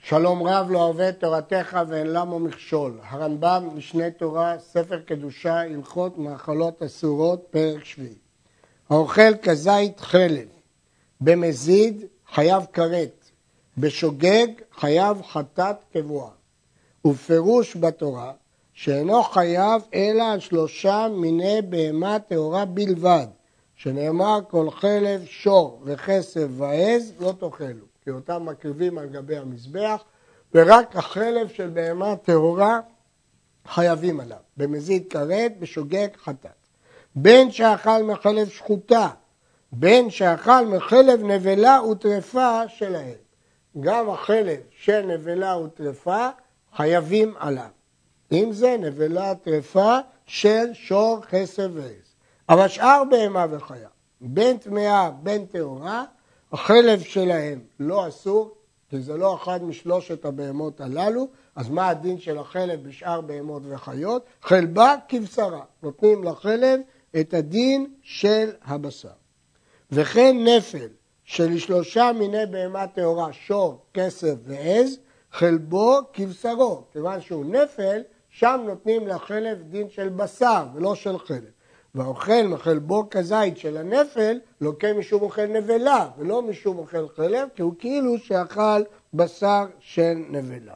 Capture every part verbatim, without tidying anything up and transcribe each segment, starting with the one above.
שלום רב לא אוהב את תורתך ואין למו מכשול. הרמב"ם, משנה תורה, ספר קדושה, הלכות מאכלות אסורות, פרק שביעי. האוכל כזית חלב, במזיד חייב כרת, בשוגג חייב חטאת קבועה. ופירוש בתורה שאינו חייב אלא על שלושה מיני בהמה טהורה בלבד, שנאמר כל חלב, שור וכסף ועז לא תאכלו. כי אותם מקריבים על גבי המזבח, ורק החלב של בהמה טהורה חייבים עליו. במזיד כרת, בשוגג חטאת. בין שאכל מחלב שחוטה, בין שאכל מחלב נבלה וטרפה שלהם. גם החלב של נבלה וטרפה חייבים עליו. אם זה נבלה טרפה של שור, כסף ועז. אבל שאר בהמה וחיה, בין טמאה, בין טהורה, החלב שלהם לא אסור, כי זה לא אחד משלושת הבהמות הללו, אז מה הדין של החלב בשאר בהמות וחיות? חלבה כבשרה, נותנים לחלב את הדין של הבשר. וכן נפל של שלושה מיני בהמה טהורה, שור, כסף ועז, חלבו כבשרו, כיוון שהוא נפל, שם נותנים לחלב דין של בשר ולא של חלב. והאוכל מחלבו כזית של הנפל לוקה משום אוכל נבלה ולא משום אוכל חלב, כי הוא כאילו שאכל בשר של נבלה.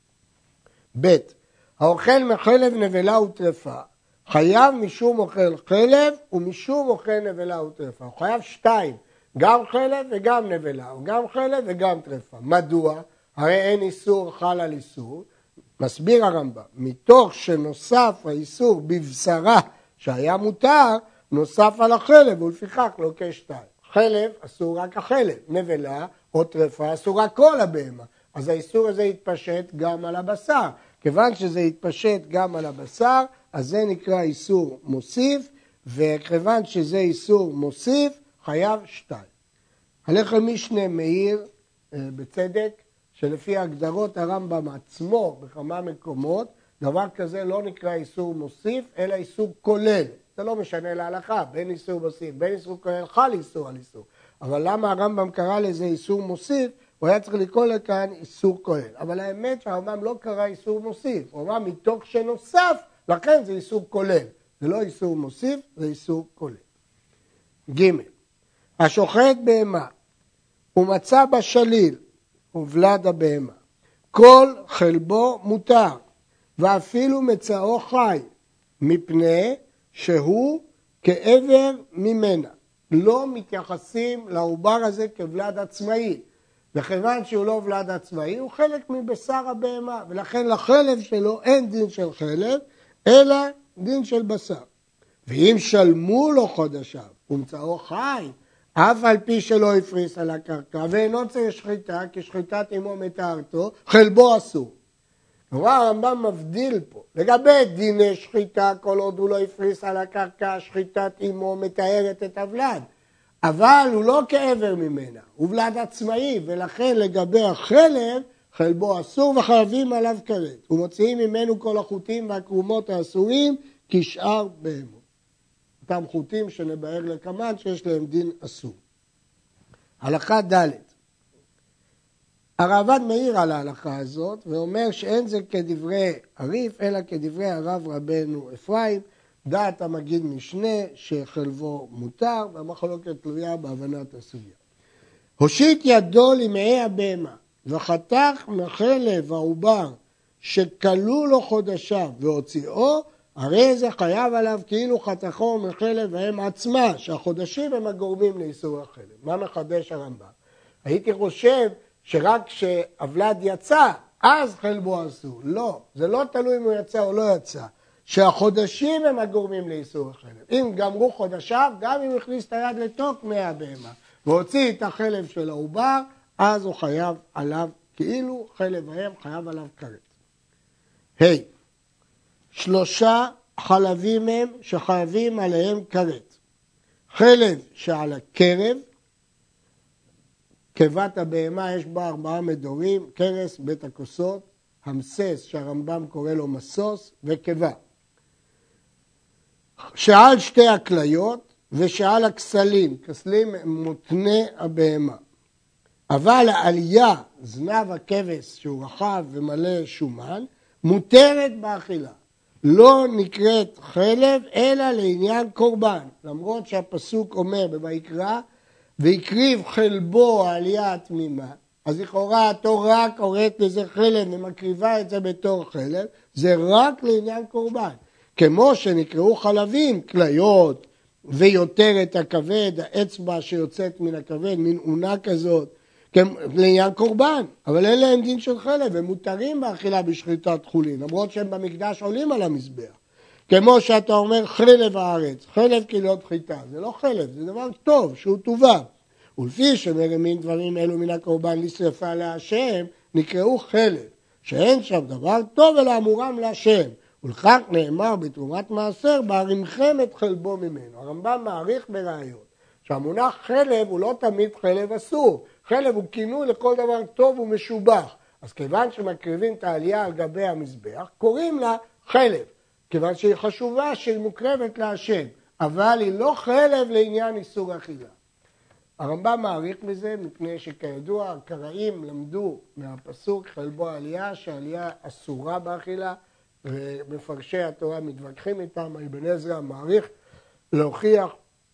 ב' האוכל מחלב נבלה וטרפה חייב משום אוכל חלב ומשום אוכל נבלה וטרפה. הוא חייב שתיים, גם חלב וגם נבלה, או גם חלב וגם טרפה. מדוע? הרי אין איסור חל על איסור. מסביר הרמב"ם, מתוך שנוסף האיסור בבשרה שהיה מותר, נוסף על החלב, ולפיכך לוקה שתיים. חלב אסור רק החלב, נבלה או טרפה אסור רק כל הבהמה. אז האיסור הזה יתפשט גם על הבשר. כיוון שזה יתפשט גם על הבשר, אז זה נקרא איסור מוסיף, וכיוון שזה איסור מוסיף, חייב שתיים. הלחם משנה מאיר בצדק, שלפי הגדרות הרמב"ם עצמו בכמה מקומות, דבר כזה לא נקרא איסור מוסיף, אלא איסור כולל. זה לא משנה להלכה, בין איסור מוסיף, בין איסור כולל, חל איסור על איסור. אבל למה הרמב"ם קרא לזה איסור מוסיף? הוא היה צריך לקרוא לכאן איסור כולל. אבל האמת שהרמב"ם לא קרא איסור מוסיף. הוא אמר מתוך שנוסף, לכן זה איסור כולל. זה לא איסור מוסיף, זה איסור כולל. ג' השוחט בהמה ומצא בשליל ובלד הבהמה. כל חלבו מותר. ואפילו מצאו חי, מפני שהוא כעבר ממנה. לא מתייחסים לעובר הזה כבלד עצמאי. וכיוון שהוא לא בלד עצמאי, הוא חלק מבשר הבהמה. ולכן לחלב שלו אין דין של חלב, אלא דין של בשר. ואם שלמו לו חודשיו, ומצאו חי, אף על פי שלא הפריס על הקרקע, ואינו צריך שחיטה, כי שחיטת עמו מתארתו, חלבו אסור. כלומר, הרמב"ם מבדיל פה, לגבי דיני שחיטה, כל עוד הוא לא הפריס על הקרקע, שחיטת עמו מתארת את הוולד. אבל הוא לא כעבר ממנה, הוא ולד עצמאי, ולכן לגבי החלב, חלבו אסור וחייבים עליו כרת. ומוציאים ממנו כל החוטים והקרומות האסורים, כשאר בהמות. אותם חוטים שנבהר לקמן, שיש להם דין אסור. הלכה ד' הרעב"ד מעיר על ההלכה הזאת, ואומר שאין זה כדברי הריף, אלא כדברי הרב רבנו אפרים, דעת המגיד משנה שחלבו מותר, והמחלוקת תלויה בהבנת הסוגיה. הושיט ידו למעי הבהמה, וחתך מחלב העובר שכלו לו חודשיו והוציאו, הרי זה חייב עליו כאילו חתכו מחלב והם עצמה, שהחודשים הם הגורמים לאיסור החלב. מה מחדש הרמב"ם? הייתי חושב שרק כשהוולד יצא, אז חלבו אסור. לא, זה לא תלוי אם הוא יצא או לא יצא. שהחודשים הם הגורמים לאיסור החלב. אם גמרו חודשיו, גם אם הכניס את היד לתוך מי הבהמה, והוציא את החלב של העובר, אז הוא חייב עליו, כאילו חלב האם חייב עליו כרת. היי, hey, שלושה חלבים הם שחייבים עליהם כרת. חלב שעל הקרב, קיבת הבהמה יש בה ארבעה מדורים, קרס, בית הכוסות, המסס שהרמב"ם קורא לו מסוס וקיבה. שעל שתי הכליות ושעל הכסלים, כסלים מותני הבהמה. אבל העלייה, זנב הכבש שהוא רחב ומלא שומן, מותרת באכילה. לא נקראת חלב אלא לעניין קורבן, למרות שהפסוק אומר בויקרא, והקריב חלבו העלייה התמימה, אז לכאורה התורה רק קוראת לזה חלב ומקריבה את זה בתור חלב, זה רק לעניין קורבן. כמו שנקראו חלבים, כליות ויותרת הכבד, האצבע שיוצאת מן הכבד, מין עונה כזאת, לעניין קורבן, אבל אין להם דין של חלב, הם מותרים באכילה בשחיטת חולין, למרות שהם במקדש עולים על המזבח. כמו שאתה אומר חלב הארץ, חלב כליות חיטה, זה לא חלב, זה דבר טוב, שהוא טובה. ולפי שמרימים דברים אלו מן הקורבן לשרפה להשם, נקראו חלב, שאין שם דבר טוב אלא אמורם להשם. ולכך נאמר בתרומת מעשר, בהרימכם את חלבו ממנו. הרמב"ם מעריך בראיות, שהמונח חלב הוא לא תמיד חלב אסור. חלב הוא כינוי לכל דבר טוב ומשובח. אז כיוון שמקריבים את העלייה על גבי המזבח, קוראים לה חלב. כיוון שהיא חשובה, שהיא מוקרבת להשם. אבל היא לא חלב לעניין איסור אכילה. הרמב"ם מעריך בזה מפני שכידוע הקראים למדו מהפסוק חלבו העלייה, שהעלייה אסורה באכילה, ומפרשי התורה מתווכחים איתם. אבן עזרא מעריך להוכיח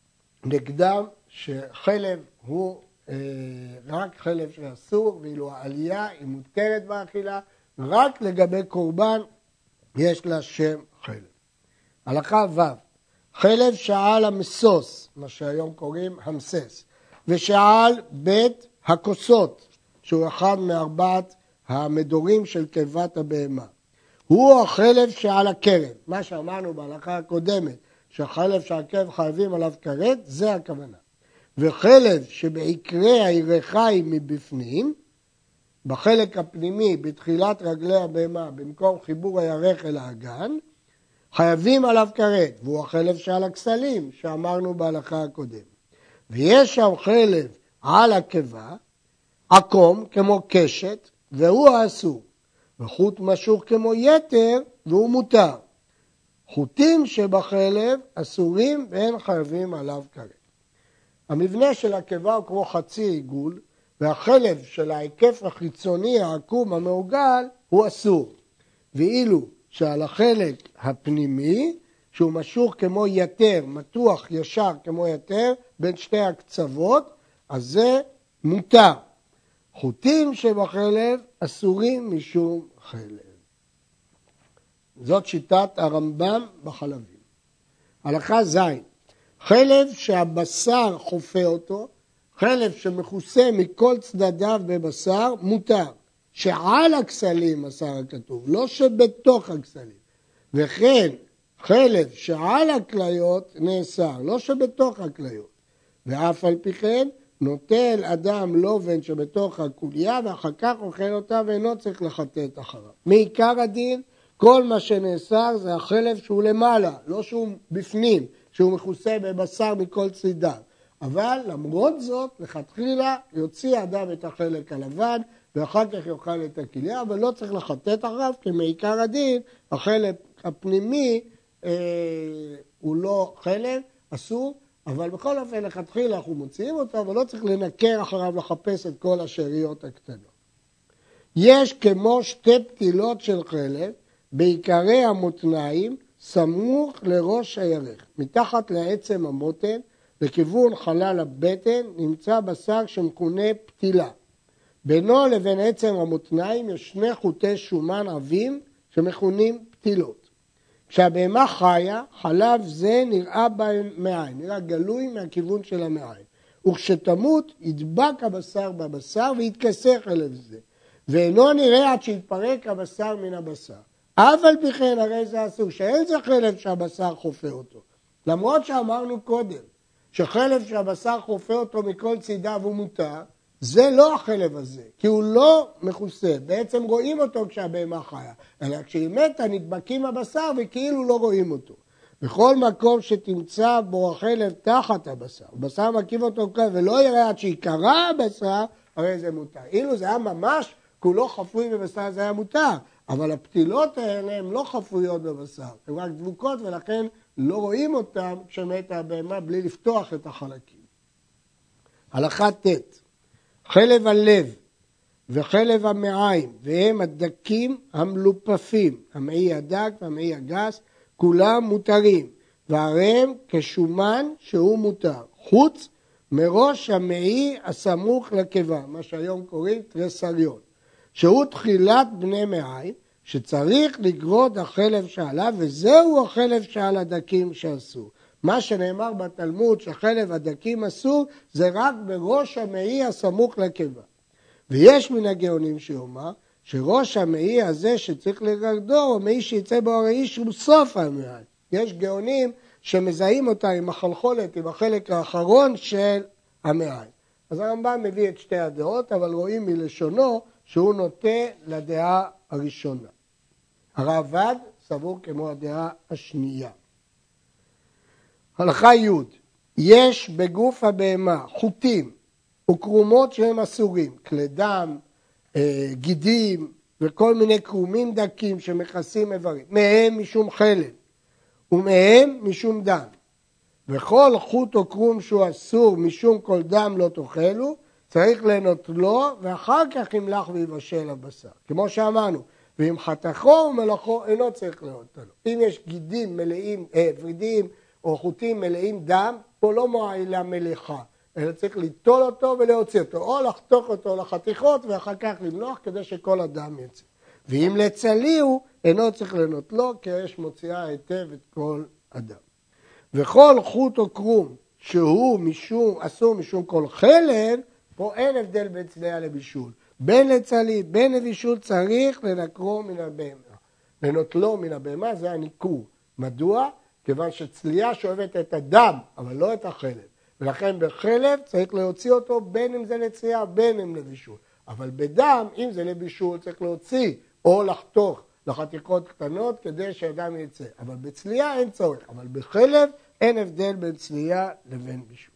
נגדם שחלב הוא אה, רק חלב שאסור, ואילו העלייה היא מותרת באכילה, רק לגבי קורבן יש לה שם חלב. הלכה ו' חלב שעל המסוס, מה שהיום קוראים המסס, ושעל בית הכוסות, שהוא אחד מארבעת המדורים של קיבת הבהמה. הוא החלב שעל הקרב, מה שאמרנו בהלכה הקודמת, שהחלב שהקרב חייבים עליו כרת, זה הכוונה. וחלב שבעיקרי הירחיים מבפנים, בחלק הפנימי, בתחילת רגלי הבהמה, במקום חיבור הירך אל האגן, חייבים עליו כרת, והוא החלב שעל הכסלים, שאמרנו בהלכה הקודמת. ויש שם חלב על הקיבה, עקום כמו קשת, והוא האסור. וחוט משוך כמו יתר, והוא מותר. חוטים שבחלב אסורים ואין חייבים עליו כרת. המבנה של הקיבה הוא כמו חצי עיגול, והחלב של ההיקף החיצוני העקום המעוגל הוא אסור. ואילו שעל החלק הפנימי, שהוא משוך כמו יתר, מתוח ישר כמו יתר, בין שתי הקצוות, אז זה מותר. חוטים שבחלב אסורים משום חלב. זאת שיטת הרמב"ם בחלבים. הלכה ז' חלב שהבשר חופה אותו, חלב שמכוסה מכל צדדיו בבשר, מותר. שעל הכסלים, מסר הכתוב, לא שבתוך הכסלים. וכן חלב שעל הכליות נאסר, לא שבתוך הכליות. ואף על פי כן נוטל אדם לובן שבתוך הכוליה ואחר כך אוכל אותה ואינו צריך לחטט אחריו. מעיקר הדין, כל מה שנאסר זה החלב שהוא למעלה, לא שהוא בפנים, שהוא מכוסה בבשר מכל צידיו. אבל למרות זאת, לכתחילה יוציא אדם את החלק הלבן ואחר כך יאכל את הכליה, אבל לא צריך לחטט אחריו, כי מעיקר הדין, החלק הפנימי אה, הוא לא חלב, אסור, אבל בכל אופן לכתחילה אנחנו מוציאים אותו, אבל לא צריך לנקר אחריו לחפש את כל השאריות הקטנות. יש כמו שתי פתילות של חלב, בעיקרי המותניים, סמוך לראש הירך. מתחת לעצם המותן, לכיוון חלל הבטן, נמצא בשר שמכונה פתילה. בינו לבין עצם המותניים יש שני חוטי שומן עבים שמכונים פתילות. כשהבהמה חיה, חלב זה נראה בהם מעין, נראה גלוי מהכיוון של המעין. וכשתמות, ידבק הבשר בבשר ויתכסה חלב זה. ואינו נראה עד שיתפרק הבשר מן הבשר. אף על פי כן הרי זה אסור, שאין זה חלב שהבשר חופה אותו. למרות שאמרנו קודם, שחלב שהבשר חופה אותו מכל צידיו הוא מותר, זה לא החלב הזה, כי הוא לא מכוסה. בעצם רואים אותו כשהבהמה חיה, אלא כשהיא מתה נדבקים הבשר וכאילו לא רואים אותו. בכל מקום שתמצא בו החלב תחת הבשר, הבשר מקיף אותו כאן ולא יראה עד שיקרא הבשר, הרי זה מותר. אילו זה היה ממש כולו חפוי בבשר, זה היה מותר. אבל הפתילות האלה הן לא חפויות בבשר, הן רק דבוקות ולכן לא רואים אותן כשמתה הבהמה בלי לפתוח את החלקים. הלכה ט' חלב הלב וחלב המעיים, והם הדקים המלופפים, המעי הדק והמעי הגס, כולם מותרים, והרי הם כשומן שהוא מותר, חוץ מראש המעי הסמוך לקיבה, מה שהיום קוראים תרסריון, שהוא תחילת בני מעיים, שצריך לגרוד החלב שעליו, וזהו החלב שעל הדקים שאסור. מה שנאמר בתלמוד שחלב הדקים אסור, זה רק בראש המעי הסמוך לקיבה. ויש מן הגאונים שאומר, שראש המעי הזה שצריך לגרדו, הוא מעי שיצא בו הראי שהוא סוף המעי. יש גאונים שמזהים אותה עם החלחולת, עם החלק האחרון של המעי. אז הרמב"ם מביא את שתי הדעות, אבל רואים מלשונו שהוא נוטה לדעה הראשונה. הרעב"ד סבור כמו הדעה השנייה. הלכה י' יש בגוף הבהמה חוטים וקרומות שהם אסורים, כלי דם, גידים וכל מיני קרומים דקים שמכסים איברים, מהם משום חלב ומהם משום דם. וכל חוט או קרום שהוא אסור משום כל דם לא תאכלו, צריך לנוטלו ואחר כך ימלח ויבשל הבשר. כמו שאמרנו, ואם חתכו ומלאכו אינו צריך לנוטלו. אם יש גידים מלאים, אה, ורידים או חוטים מלאים דם, פה לא מועילה מליחה, אלא צריך ליטול אותו ולהוציא אותו, או לחתוך אותו לחתיכות ואחר כך למלוח כדי שכל הדם יצא. ואם לצליהו אינו צריך לנוטלו, כי האש מוציאה היטב את כל הדם. וכל חוט או קרום שהוא משום, אסור משום כל חלב, פה אין הבדל בין צלייה לבישול. בין לצלי, בין לבישול צריך לנקרו מן הבהמה. לנוטלו מן הבהמה זה הניקור. מדוע? כיוון שצלייה שואבת את הדם, אבל לא את החלב. ולכן בחלב צריך להוציא אותו בין אם זה לצלייה, בין אם לבישול. אבל בדם, אם זה לבישול, צריך להוציא או לחתוך לחתיכות קטנות כדי שהדם יצא. אבל בצלייה אין צורך, אבל בחלב אין הבדל בין צלייה לבין בישול.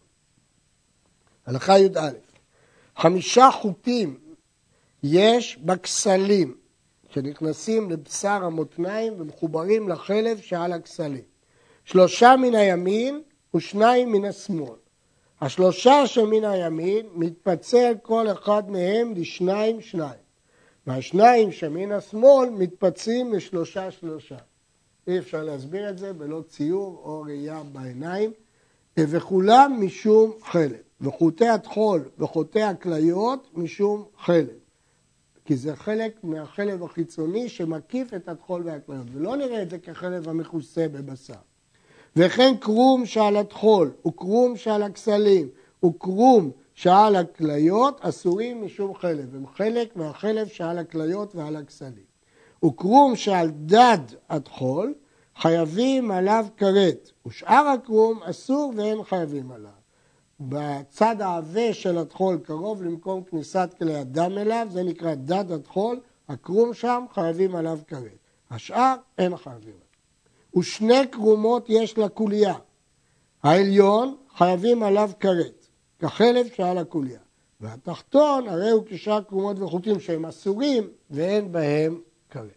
הלכה י"א חמישה חוטים יש בכסלים שנכנסים לבשר המותניים ומחוברים לחלב שעל הכסלים. שלושה מן הימין ושניים מן השמאל. השלושה שמן הימין מתפצל כל אחד מהם לשניים שניים. והשניים שמן השמאל מתפצלים לשלושה שלושה. אי אפשר להסביר את זה בלא ציור או ראייה בעיניים. וכולם משום חלב. וחוטי הטחול וחוטי הכליות משום חלב. כי זה חלק מהחלב החיצוני שמקיף את הטחול והכליות. ולא נראה את זה כחלב המכוסה בבשר. וכן קרום שעל הטחול וקרום שעל הכסלים וקרום שעל הכליות אסורים משום חלב. הם חלק מהחלב שעל הכליות ועל הכסלים. וקרום שעל דד הטחול חייבים עליו כרת. ושאר הקרום אסור ואין חייבים עליו. בצד העבה של הטחול קרוב למקום כניסת כלי הדם אליו, זה נקרא דד הטחול, הקרום שם חייבים עליו כרת. השאר אין חייבים עליו. ושני קרומות יש לקוליה. העליון חייבים עליו כרת, כחלב שעל הקוליה. והתחתון הרי הוא כשאר קרומות וחוטים שהם אסורים ואין בהם כרת.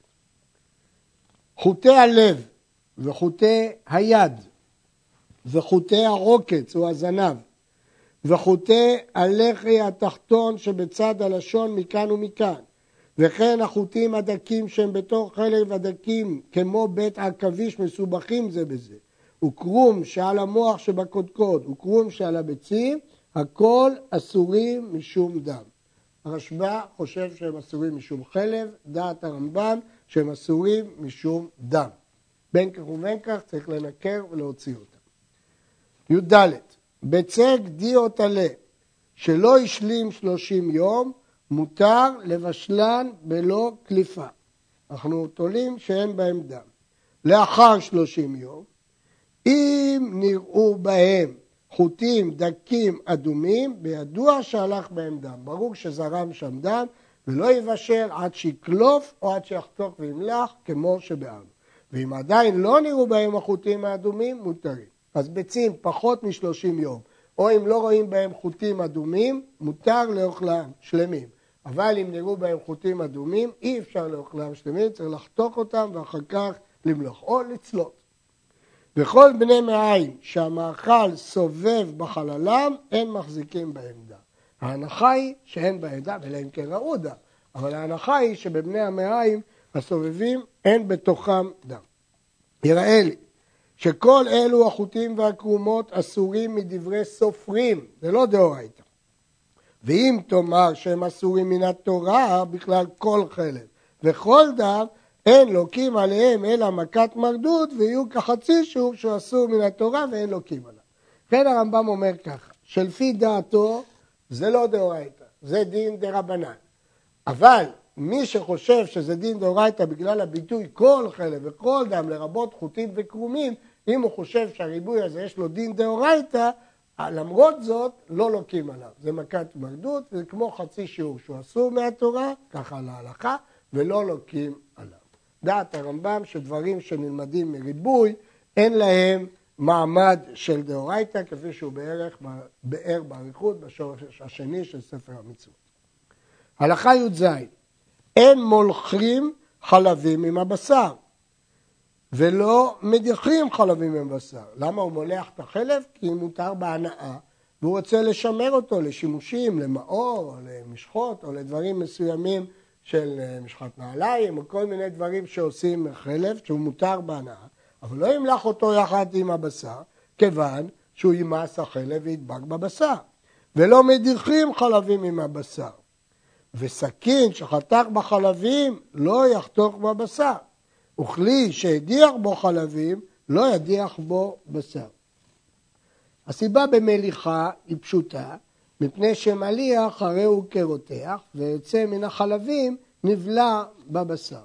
חוטי הלב וחוטי היד וחוטי העוקץ או הזנב וחוטי הלחי התחתון שבצד הלשון מכאן ומכאן, וכן החוטים הדקים שהם בתוך חלב הדקים כמו בית עכביש מסובכים זה בזה, וקרום שעל המוח שבקודקוד וקרום שעל הביצים, הכל אסורים משום דם. הרשב"א חושב שהם אסורים משום חלב, דעת הרמב"ם שהם אסורים משום דם. בין כך ובין כך צריך לנקר ולהוציא אותם. י"ד בצק די או טלה שלא השלים שלושים יום, מותר לבשלן בלא קליפה. אנחנו תולים שאין בהם דם. לאחר שלושים יום, אם נראו בהם חוטים דקים אדומים, בידוע שהלך בהם דם. ברור שזרם שם דם, ולא יבשל עד שיקלוף או עד שיחתוך וימלח, כמו שבארנו. ואם עדיין לא נראו בהם החוטים האדומים, מותרים. אז ביצים פחות משלושים יום, או אם לא רואים בהם חוטים אדומים, מותר לאוכלם שלמים. אבל אם נראו בהם חוטים אדומים, אי אפשר לאוכלם שלמים, צריך לחתוך אותם ואחר כך למלוך, או לצלות. וכל בני מעיים שהמאכל סובב בחללם, אין מחזיקים בהם דם. ההנחה היא שאין בהם דם, אלא אם כן ראו דם. אבל ההנחה היא שבבני המעיים הסובבים אין בתוכם דם. יראה לי שכל אלו החוטים והקרומות אסורים מדברי סופרים, זה לא דאורייתא. ואם תאמר שהם אסורים מן התורה, בכלל כל חלב וכל דם, אין לוקים עליהם אלא מכת מרדות, ויהיו כחצי שיעור שהוא אסור מן התורה ואין לוקים עליו. כן הרמב"ם אומר ככה, שלפי דעתו זה לא דאורייתא, זה דין דרבנן. אבל מי שחושב שזה דין דאורייתא בגלל הביטוי כל חלב וכל דם לרבות חוטים וקרומים, אם הוא חושב שהריבוי הזה יש לו דין דאורייתא, למרות זאת לא לוקים עליו. זה מכת מרדות וזה כמו חצי שיעור שהוא אסור מהתורה, ככה להלכה, ולא לוקים עליו. דעת הרמב"ם שדברים שנלמדים מריבוי אין להם מעמד של דאורייתא, כפי שהוא בערך באר באריכות בשורש השני של ספר המצוות. הלכה י"ז, אין מולכים חלבים עם הבשר, ולא מדיחים חלבים עם הבשר. למה הוא מולח את החלב? כי מותר בהנאה, והוא רוצה לשמר אותו לשימושים, למאור, או למשחות, או לדברים מסוימים של משחת נעליים, או כל מיני דברים שעושים מחלב, שהוא מותר בהנאה, אבל לא ימלח אותו יחד עם הבשר, כיוון שהוא ימאס החלב וידבק בבשר. ולא מדיחים חלבים עם הבשר. וסכין שחתך בחלבים לא יחתוך בבשר. וכלי שהדיח בו חלבים לא ידיח בו בשר. הסיבה במליחה היא פשוטה, מפני שמליח הרי הוא כרותח, ויוצא מן החלבים נבלע בבשר.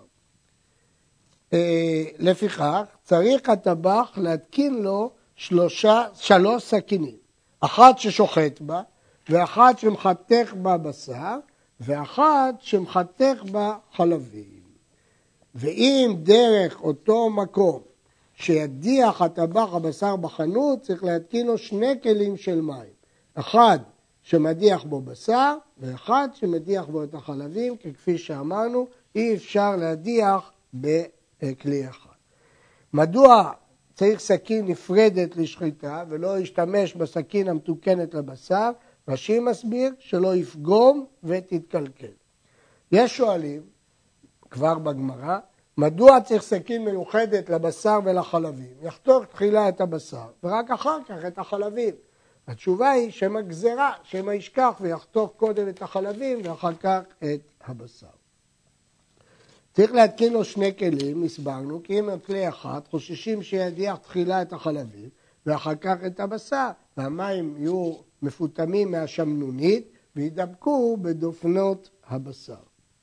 לפיכך צריך הטבח להתקין לו שלושה, שלוש סכינים, אחת ששוחט בה, ואחת שמחתך בה בשר, ואחת שמחתך בה חלבים. ואם דרך אותו מקום שידיח הטבח הבשר בחנות, צריך להתקין לו שני כלים של מים. אחד שמדיח בו בשר, ואחד שמדיח בו את החלבים, כי כפי שאמרנו, אי אפשר להדיח בכלי אחד. מדוע צריך סכין נפרדת לשחיטה, ולא להשתמש בסכין המתוקנת לבשר? רש"י מסביר שלא יפגום ותתקלקל. יש שואלים, כבר בגמרא, מדוע צריך סכין מיוחדת לבשר ולחלבים? יחתוך תחילה את הבשר, ורק אחר כך את החלבים. התשובה היא שמה גזרה, שמה ישכח ויחתוך קודם את החלבים ואחר כך את הבשר. צריך להתקין לו שני כלים, הסברנו, כי אם הם כלי אחד, חוששים שידיח תחילה את החלבים ואחר כך את הבשר, והמים יהיו מפותמים מהשמנונית וידבקו בדופנות הבשר.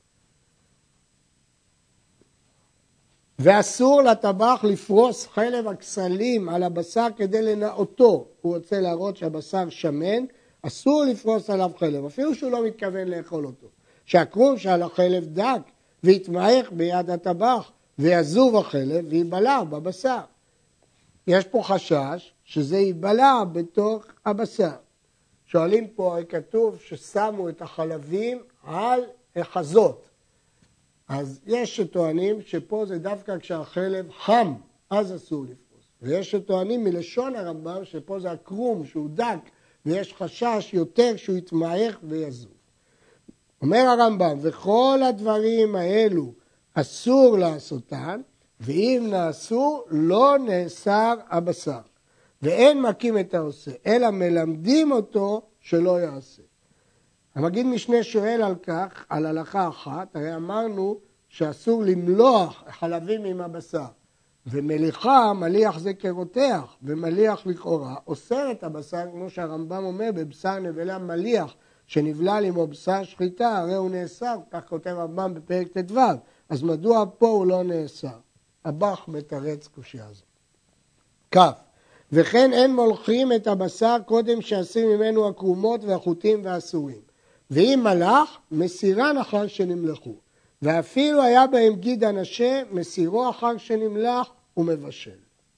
ואסור לטבח לפרוס חלב הכסלים על הבשר כדי לנאותו. הוא רוצה להראות שהבשר שמן, אסור לפרוס עליו חלב, אפילו שהוא לא מתכוון לאכול אותו. שהקרום שעל החלב דק ויתמעך ביד הטבח ויזוב החלב ויבלע בבשר. יש פה חשש שזה ייבלע בתוך הבשר. שואלים פה, כתוב ששמו את החלבים על החזות. אז יש שטוענים שפה זה דווקא כשהחלב חם, אז אסור לפרוס. ויש שטוענים מלשון הרמב"ם שפה זה הקרום שהוא דק, ויש חשש יותר שהוא יתמעך ויזוב. אומר הרמב"ם, וכל הדברים האלו אסור לעשותן, ואם נעשו לא נאסר הבשר. ואין מכים את העושה, אלא מלמדים אותו שלא יעשה. המגיד משנה שואל על כך, על הלכה אחת, הרי אמרנו שאסור למלוח חלבים עם הבשר, ומליחה, מליח זה כרותח, ומליח לכאורה, אוסר את הבשר, כמו שהרמב"ם אומר, בבשר נבלה מליח, שנבלל עמו בשר שחיטה, הרי הוא נאסר, כך כותב הרמב"ם בפרק ט"ו, אז מדוע פה הוא לא נאסר? הבח מתרץ קושיה הזו. כף, וכן אין מולכים את הבשר קודם שעשים ממנו הקרומות והחוטים והאסורים. ואם מלח, מסירן אחר שנמלחו. ואפילו היה בהם גיד הנשה, מסירו אחר שנמלח ומבשל.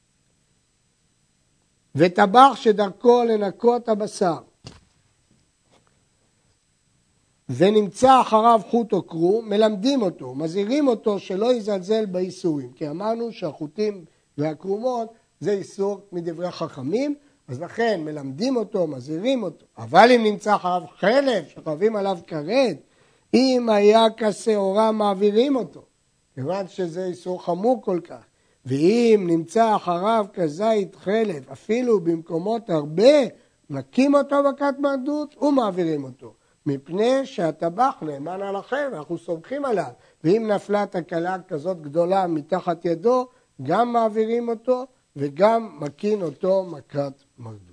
וטבח שדרכו לנקות הבשר. ונמצא אחריו חוט או קרום, מלמדים אותו, מזהירים אותו שלא יזלזל באיסורים. כי אמרנו שהחוטים והקרומות זה איסור מדברי חכמים, אז לכן מלמדים אותו, מזהירים אותו. אבל אם נמצא אחריו חלב, שחייבים עליו כרת, אם היה כשעורה מעבירים אותו, כיוון שזה איסור חמור כל כך. ואם נמצא אחריו כזית חלב, אפילו במקומות הרבה, מכים אותו בכת מרדות ומעבירים אותו. מפני שהטבח נאמן עליכם, אנחנו סומכים עליו. ואם נפלה תקלה כזאת גדולה מתחת ידו, גם מעבירים אותו וגם מכין אותו מכת מרדות.